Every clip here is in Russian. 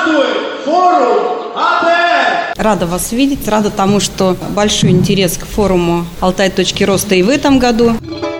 Здравствуй, форум АТР! Рада вас видеть, рада тому, что большой интерес к форуму «Алтай. Точки роста» и в этом году.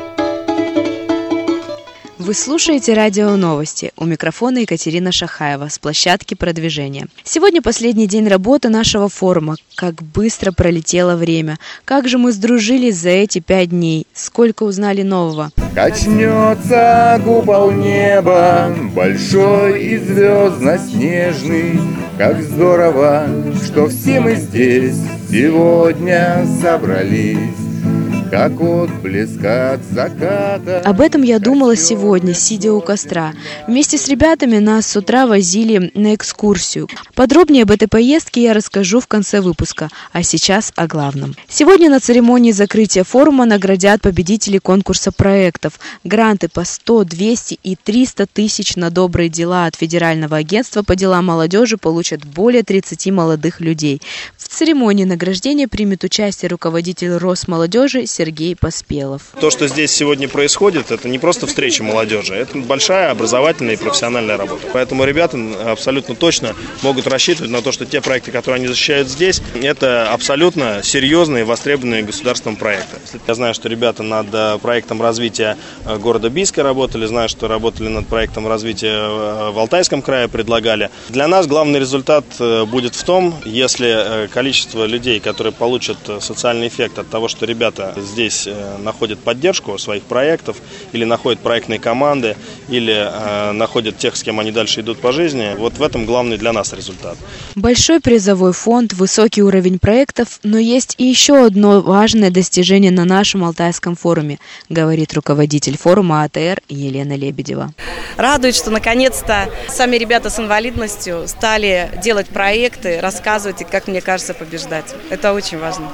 Вы слушаете радио «Новости». У микрофона Екатерина Шахаева с площадки продвижения. Сегодня последний день работы нашего форума. Как быстро пролетело время. Как же мы сдружились за эти 5 дней. Сколько узнали нового. Качнется купол неба, большой и звездно-снежный. Как здорово, что все мы здесь сегодня собрались. Как отблеск от заката. Об этом я думала сегодня, сидя у костра. Вместе с ребятами нас с утра возили на экскурсию. Подробнее об этой поездке я расскажу в конце выпуска, а сейчас о главном. Сегодня на церемонии закрытия форума наградят победителей конкурса проектов. Гранты по 100, 200 и 300 тысяч на добрые дела от Федерального агентства по делам молодежи получат более 30 молодых людей. В церемонии награждения примет участие руководитель Росмолодежи Сергей Поспелов. То, что здесь сегодня происходит, это не просто встреча молодежи, это большая образовательная и профессиональная работа. Поэтому ребята абсолютно точно могут рассчитывать на то, что те проекты, которые они защищают здесь, это абсолютно серьезные, востребованные государством проекты. Я знаю, что ребята над проектом развития города Бийска работали, знаю, что работали над проектом развития в Алтайском крае, предлагали. Для нас главный результат будет в том, если количество людей, которые получат социальный эффект от того, что ребята здесь находят поддержку своих проектов, или находят проектные команды, или находят тех, с кем они дальше идут по жизни. Вот в этом главный для нас результат. Большой призовой фонд, высокий уровень проектов, но есть и еще одно важное достижение на нашем Алтайском форуме, говорит руководитель форума АТР Елена Лебедева. Радует, что наконец-то сами ребята с инвалидностью стали делать проекты, рассказывать и, как мне кажется, побеждать. Это очень важно.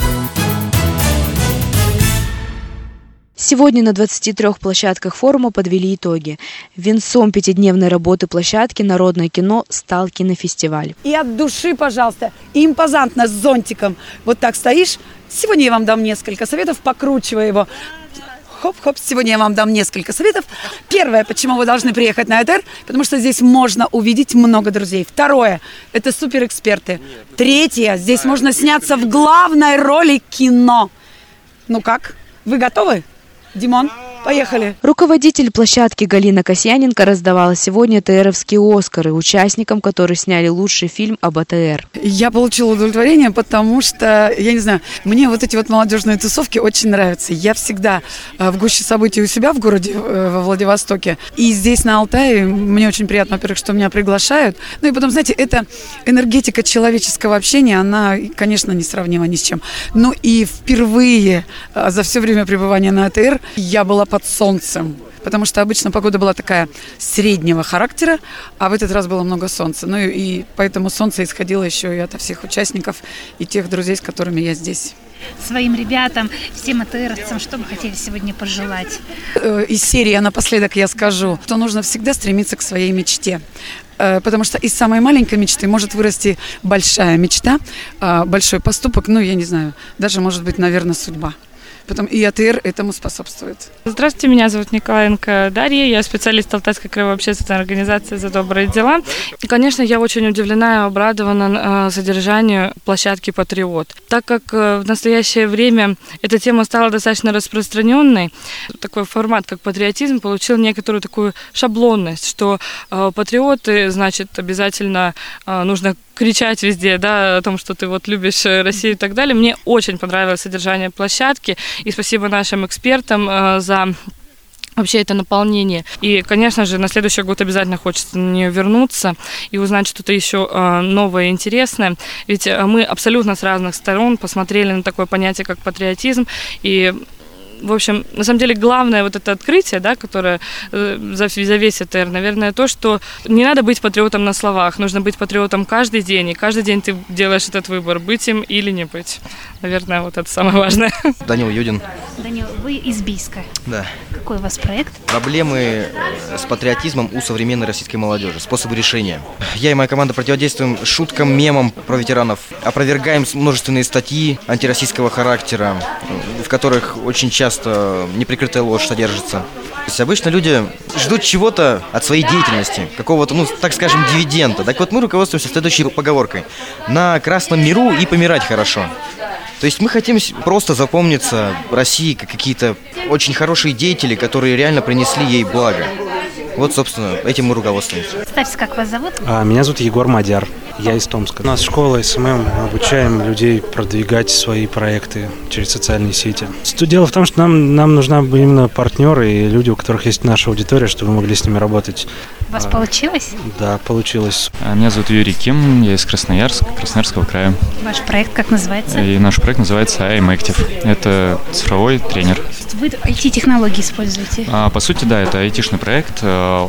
Сегодня на 23 площадках форума подвели итоги. Венцом 5-дневной работы площадки «Народное кино» стал кинофестиваль. И от души, пожалуйста, и импозантно с зонтиком. Вот так стоишь. Сегодня я вам дам несколько советов, покручивая его. Хоп-хоп, сегодня я вам дам несколько советов. Первое, почему вы должны приехать на АТР, потому что здесь можно увидеть много друзей. Второе, это суперэксперты. Третье, здесь можно сняться в главной роли кино. Ну как, вы готовы? Димон, поехали. Руководитель площадки Галина Касьяненко раздавала сегодня АТРовские «Оскары» участникам, которые сняли лучший фильм об АТР. Я получила удовлетворение, потому что, я не знаю, мне вот эти вот молодежные тусовки очень нравятся. Я всегда в гуще событий у себя в городе, во Владивостоке. И здесь, на Алтае, мне очень приятно, во-первых, что меня приглашают. Ну и потом, знаете, эта энергетика человеческого общения, она, конечно, несравнима ни с чем. Ну и впервые за все время пребывания на АТР я была под солнцем, потому что обычно погода была такая среднего характера, а в этот раз было много солнца. Ну и поэтому солнце исходило еще и от всех участников и тех друзей, с которыми я здесь. Своим ребятам, всем АТРовцам, что бы хотели сегодня пожелать? Из серии напоследок я скажу, что нужно всегда стремиться к своей мечте. Потому что из самой маленькой мечты может вырасти большая мечта, большой поступок, ну, я не знаю, даже, может быть, наверное, судьба. И АТР этому способствует. Здравствуйте, меня зовут Николаенко Дарья, я специалист Алтайской краевой общественной организации «За добрые дела». И, конечно, я очень удивлена и обрадована содержанию площадки «Патриот». Так как в настоящее время эта тема стала достаточно распространенной, такой формат, как патриотизм, получил некоторую такую шаблонность, что патриоты, значит, обязательно нужно кричать везде, да, о том, что ты вот любишь Россию и так далее. Мне очень понравилось содержание площадки, и спасибо нашим экспертам за вообще это наполнение. И, конечно же, на следующий год обязательно хочется на нее вернуться и узнать что-то еще новое и интересное. Ведь мы абсолютно с разных сторон посмотрели на такое понятие, как патриотизм, и в общем, на самом деле, главное вот это открытие, да, которое за весь АТР, наверное, то, что не надо быть патриотом на словах, нужно быть патриотом каждый день, и каждый день ты делаешь этот выбор, быть им или не быть. Наверное, вот это самое важное. Данил Юдин. Данил, вы из Бийска. Да. Какой у вас проект? Проблемы с патриотизмом у современной российской молодежи, способы решения. Я и моя команда противодействуем шуткам, мемам про ветеранов, опровергаем множественные статьи антироссийского характера, в которых очень часто часто неприкрытая ложь содержится. То есть обычно люди ждут чего-то от своей деятельности, какого-то, так скажем, дивиденда. Так вот мы руководствуемся следующей поговоркой: на красном миру и помирать хорошо. То есть мы хотим просто запомниться России как какие-то очень хорошие деятели, которые реально принесли ей благо. Вот, собственно, этим мы руководствуемся. Представьте, как вас зовут? Меня зовут Егор Мадяр. Я из Томска. У нас школа СММ, мы обучаем людей продвигать свои проекты через социальные сети. Дело в том, что нам нужна именно партнеры и люди, у которых есть наша аудитория, чтобы мы могли с ними работать. У вас получилось? Да, получилось. Меня зовут Юрий Ким, я из Красноярского края. Ваш проект как называется? И наш проект называется I'm Active. Это цифровой тренер. Вы IT-технологии используете? По сути, да, это IT-шный проект,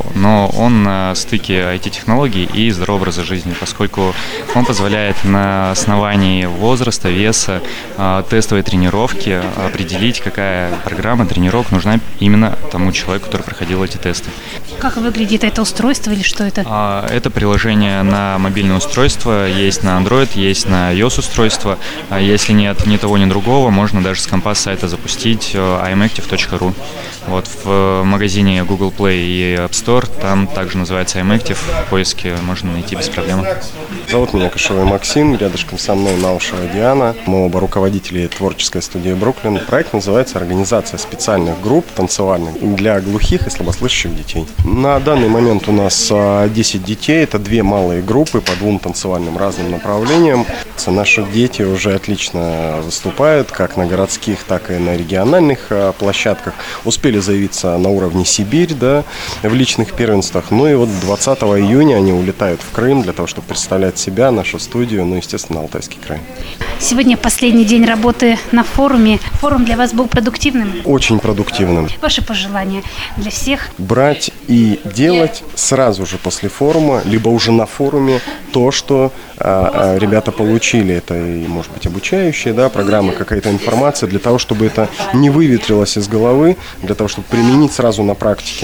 но он на стыке IT-технологий и здорового образа жизни, поскольку он позволяет на основании возраста, веса, тестовой тренировки определить, какая программа, тренировок нужна именно тому человеку, который проходил эти тесты. Как выглядит это устройство или что это? Это приложение на мобильное устройство, есть на Android, есть на iOS устройство. Если нет ни того, ни другого, можно даже с компа сайта запустить imactive.ru. Вот в магазине Google Play и App Store, там также называется I'm Active, в поиске можно найти без проблем. Зовут меня Кашевой Максим, рядышком со мной Наушева Диана. Мы оба руководители творческой студии «Бруклин». Проект называется «Организация специальных групп танцевальных для глухих и слабослышащих детей». На данный момент у нас 10 детей, это 2 малые группы по 2 танцевальным разным направлениям. Наши дети уже отлично выступают как на городских, так и на региональных площадках. Успели заявиться на уровне Сибирь, да, в личных первенствах. Ну и вот 20 июня они улетают в Крым для того, чтобы представлять себя, нашу студию, естественно, Алтайский край. Сегодня последний день работы на форуме. Форум для вас был продуктивным? Очень продуктивным. Ваши пожелания для всех? Брать и делать сразу же после форума, либо уже на форуме то, что ребята получили. Это и, может быть, обучающие, да, программы, какая-то информация, для того, чтобы это не выветрилось из головы, для того, чтобы применить сразу на практике.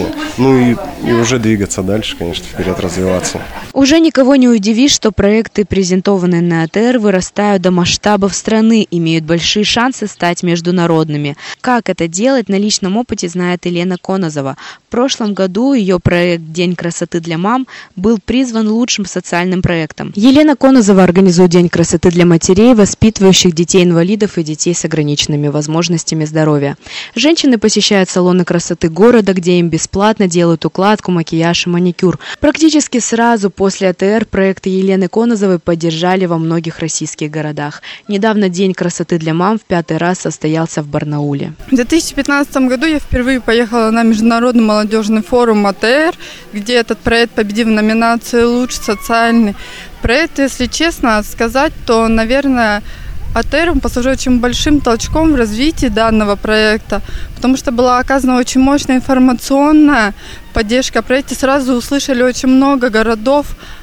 И уже двигаться дальше, конечно, вперед, развиваться. Уже никого не удивишь, что проекты, презентованные на АТР, вырастают до масштабов страны, имеют большие шансы стать международными. Как это делать, на личном опыте знает Елена Конозова. В прошлом году ее проект «День красоты для мам» был призван лучшим социальным проектом. Елена Конозова организует День красоты для матерей, воспитывающих детей-инвалидов и детей с ограниченными возможностями здоровья. Женщины посещают салоны красоты города, где им бесплатно делают укладку, макияж и маникюр. Практически сразу после АТР проекты Елены Конозовой поддержали во многих российских городах. Недавно День красоты для мам в 5-й раз состоялся в Барнауле. В 2015 году я впервые поехала на международный молодежный форум АТР, где этот проект победил в номинации «Лучший социальный проект». Если честно сказать, то, наверное, АТР послужил очень большим толчком в развитии данного проекта, потому что была оказана очень мощная информационная поддержка. О проекте сразу услышали очень много городов,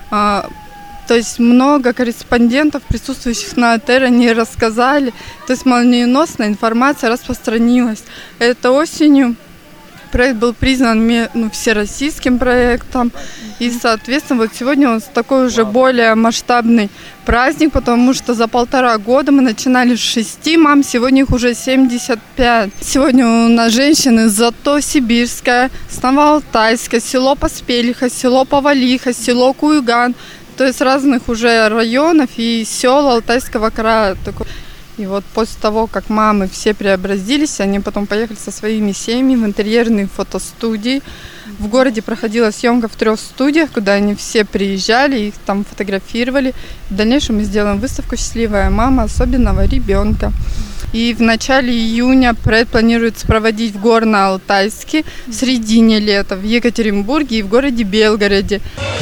то есть много корреспондентов, присутствующих на АТР, они рассказали, то есть молниеносная информация распространилась. Это осенью проект был признан всероссийским проектом, и, соответственно, вот сегодня у нас такой уже более масштабный праздник, потому что за 1,5 года мы начинали с 6 мам, сегодня их уже 75. Сегодня у нас женщины из Зато-Сибирская, с Новоалтайска, село Поспелиха, село Повалиха, село Куйган, то есть разных уже районов и сел Алтайского края. И вот после того, как мамы все преобразились, они потом поехали со своими семьями в интерьерные фотостудии. В городе проходила съемка в 3 студиях, куда они все приезжали, их там фотографировали. В дальнейшем мы сделаем выставку «Счастливая мама особенного ребенка». И в начале июня проект планируется проводить в Горно-Алтайске, в середине лета в Екатеринбурге и в городе Белгороде.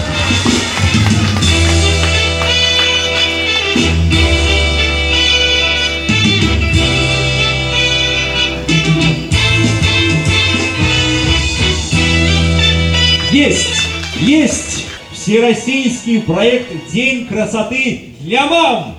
Есть всероссийский проект «День красоты для мам».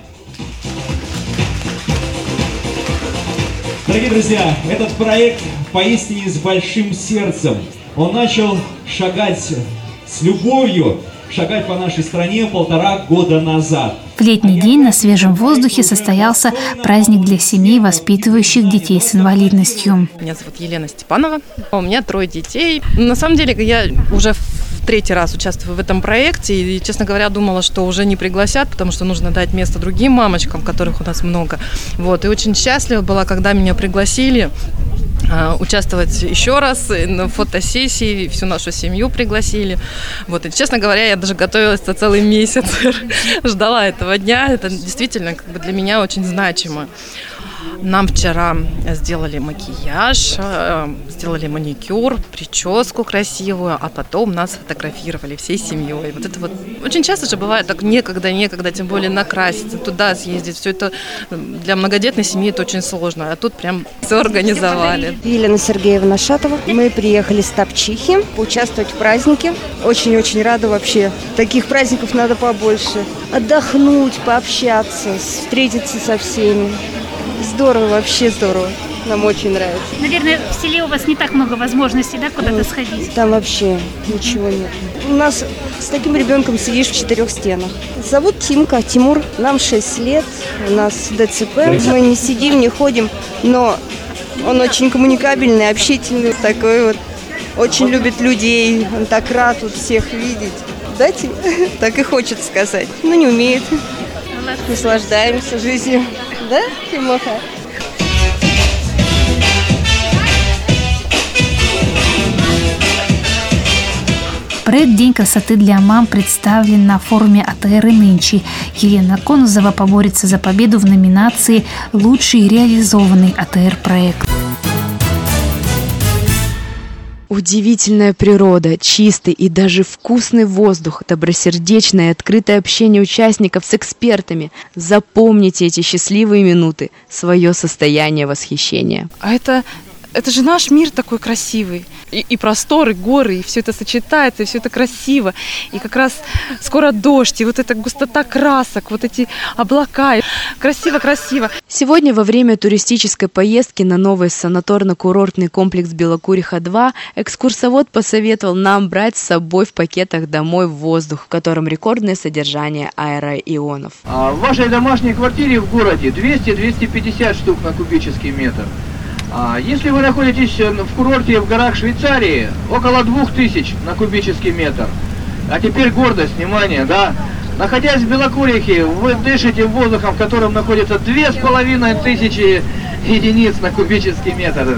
Дорогие друзья, этот проект поистине с большим сердцем. Он начал шагать с любовью, шагать по нашей стране 1,5 года назад. В летний день на свежем воздухе состоялся праздник для семей, воспитывающих детей с инвалидностью. Меня зовут Елена Степанова, у меня 3 детей. На самом деле я уже в 3-й раз участвую в этом проекте и, честно говоря, думала, что уже не пригласят, потому что нужно дать место другим мамочкам, которых у нас много. И очень счастлива была, когда меня пригласили участвовать еще раз на фотосессии, всю нашу семью пригласили. И, честно говоря, я даже готовилась целый месяц, ждала этого дня. Это действительно для меня очень значимо. Нам вчера сделали макияж, сделали маникюр, прическу красивую, а потом нас фотографировали всей семьей. Это очень часто же бывает так некогда, тем более накраситься, туда съездить. Все это для многодетной семьи это очень сложно, а тут прям все организовали. Елена Сергеевна Шатова. Мы приехали с Топчихи поучаствовать в празднике. Очень-очень рада вообще. Таких праздников надо побольше. Отдохнуть, пообщаться, встретиться со всеми. Здорово, вообще здорово. Нам очень нравится. Наверное, в селе у вас не так много возможностей, да, куда-то сходить? Там вообще ничего нет. У нас с таким ребенком сидишь в 4 стенах. Зовут Тимка, Тимур. Нам 6 лет, у нас ДЦП. Мы не сидим, не ходим, но он очень коммуникабельный, общительный такой . Очень любит людей, он так рад всех видеть. Да, Тим? Так и хочет сказать. Но не умеет. Наслаждаемся жизнью. Да, Тимоха? Проект «День красоты для мам» представлен на форуме АТР и нынче. Елена Конузова поборется за победу в номинации «Лучший реализованный АТР-проект». Удивительная природа, чистый и даже вкусный воздух, добросердечное и открытое общение участников с экспертами. Запомните эти счастливые минуты, свое состояние восхищения. А это же наш мир такой красивый. И просторы, горы, и все это сочетается, и все это красиво. И как раз скоро дождь, и эта густота красок, эти облака. Красиво-красиво. Сегодня во время туристической поездки на новый санаторно-курортный комплекс Белокуриха-2 экскурсовод посоветовал нам брать с собой в пакетах домой воздух, в котором рекордное содержание аэроионов. В вашей домашней квартире в городе 200-250 штук на кубический метр. Если вы находитесь в курорте в горах Швейцарии, около 2000 на кубический метр. А теперь гордость, внимание, да? Находясь в Белокурихе, вы дышите воздухом, в котором находится 2500 единиц на кубический метр.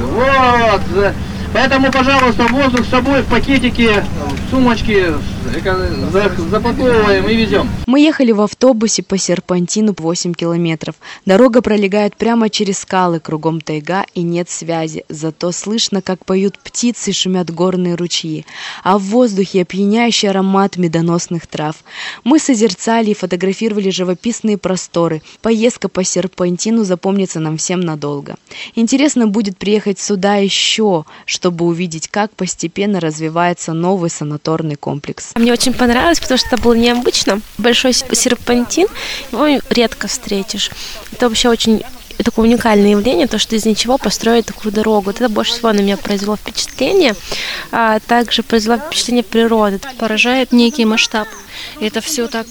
Поэтому, пожалуйста, воздух с собой в пакетике, в сумочке запаковываем и везем. Мы ехали в автобусе по серпантину 8 километров. Дорога пролегает прямо через скалы, кругом тайга и нет связи. Зато слышно, как поют птицы и шумят горные ручьи. А в воздухе опьяняющий аромат медоносных трав. Мы созерцали и фотографировали живописные просторы. Поездка по серпантину запомнится нам всем надолго. Интересно будет приехать сюда еще, чтобы увидеть, как постепенно развивается новый санаторный комплекс. Мне очень понравилось, потому что это было необычно. Большой серпантин, его редко встретишь. Это вообще очень такое уникальное явление, то, что из ничего построить такую дорогу. Это больше всего на меня произвело впечатление, а также произвело впечатление природы. Поражает некий масштаб. Это все так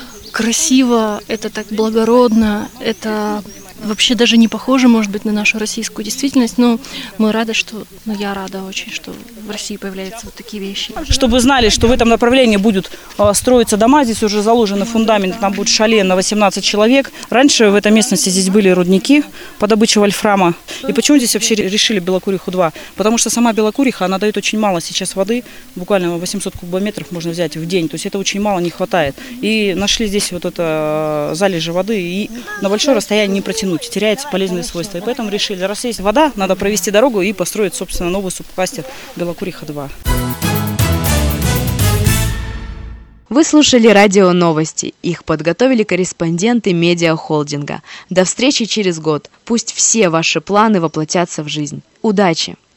красиво, это так благородно, это вообще даже не похоже, может быть, на нашу российскую действительность, но мы рады, я рада очень, что в России появляются такие вещи. Чтобы знали, что в этом направлении будут строиться дома, здесь уже заложены фундаменты, там будет шале на 18 человек. Раньше в этой местности здесь были рудники по добыче вольфрама. И почему здесь вообще решили Белокуриху-2? Потому что сама Белокуриха, она дает очень мало сейчас воды, буквально 800 кубометров можно взять в день, то есть это очень мало, не хватает. И нашли здесь это залежи воды, и на большое расстояние не протянуть. Теряются полезные свойства. И поэтому решили, раз есть вода, надо провести дорогу и построить, собственно, новый субкластер Белокуриха-2. Вы слушали радио «Новости». Их подготовили корреспонденты медиахолдинга. До встречи через год. Пусть все ваши планы воплотятся в жизнь. Удачи!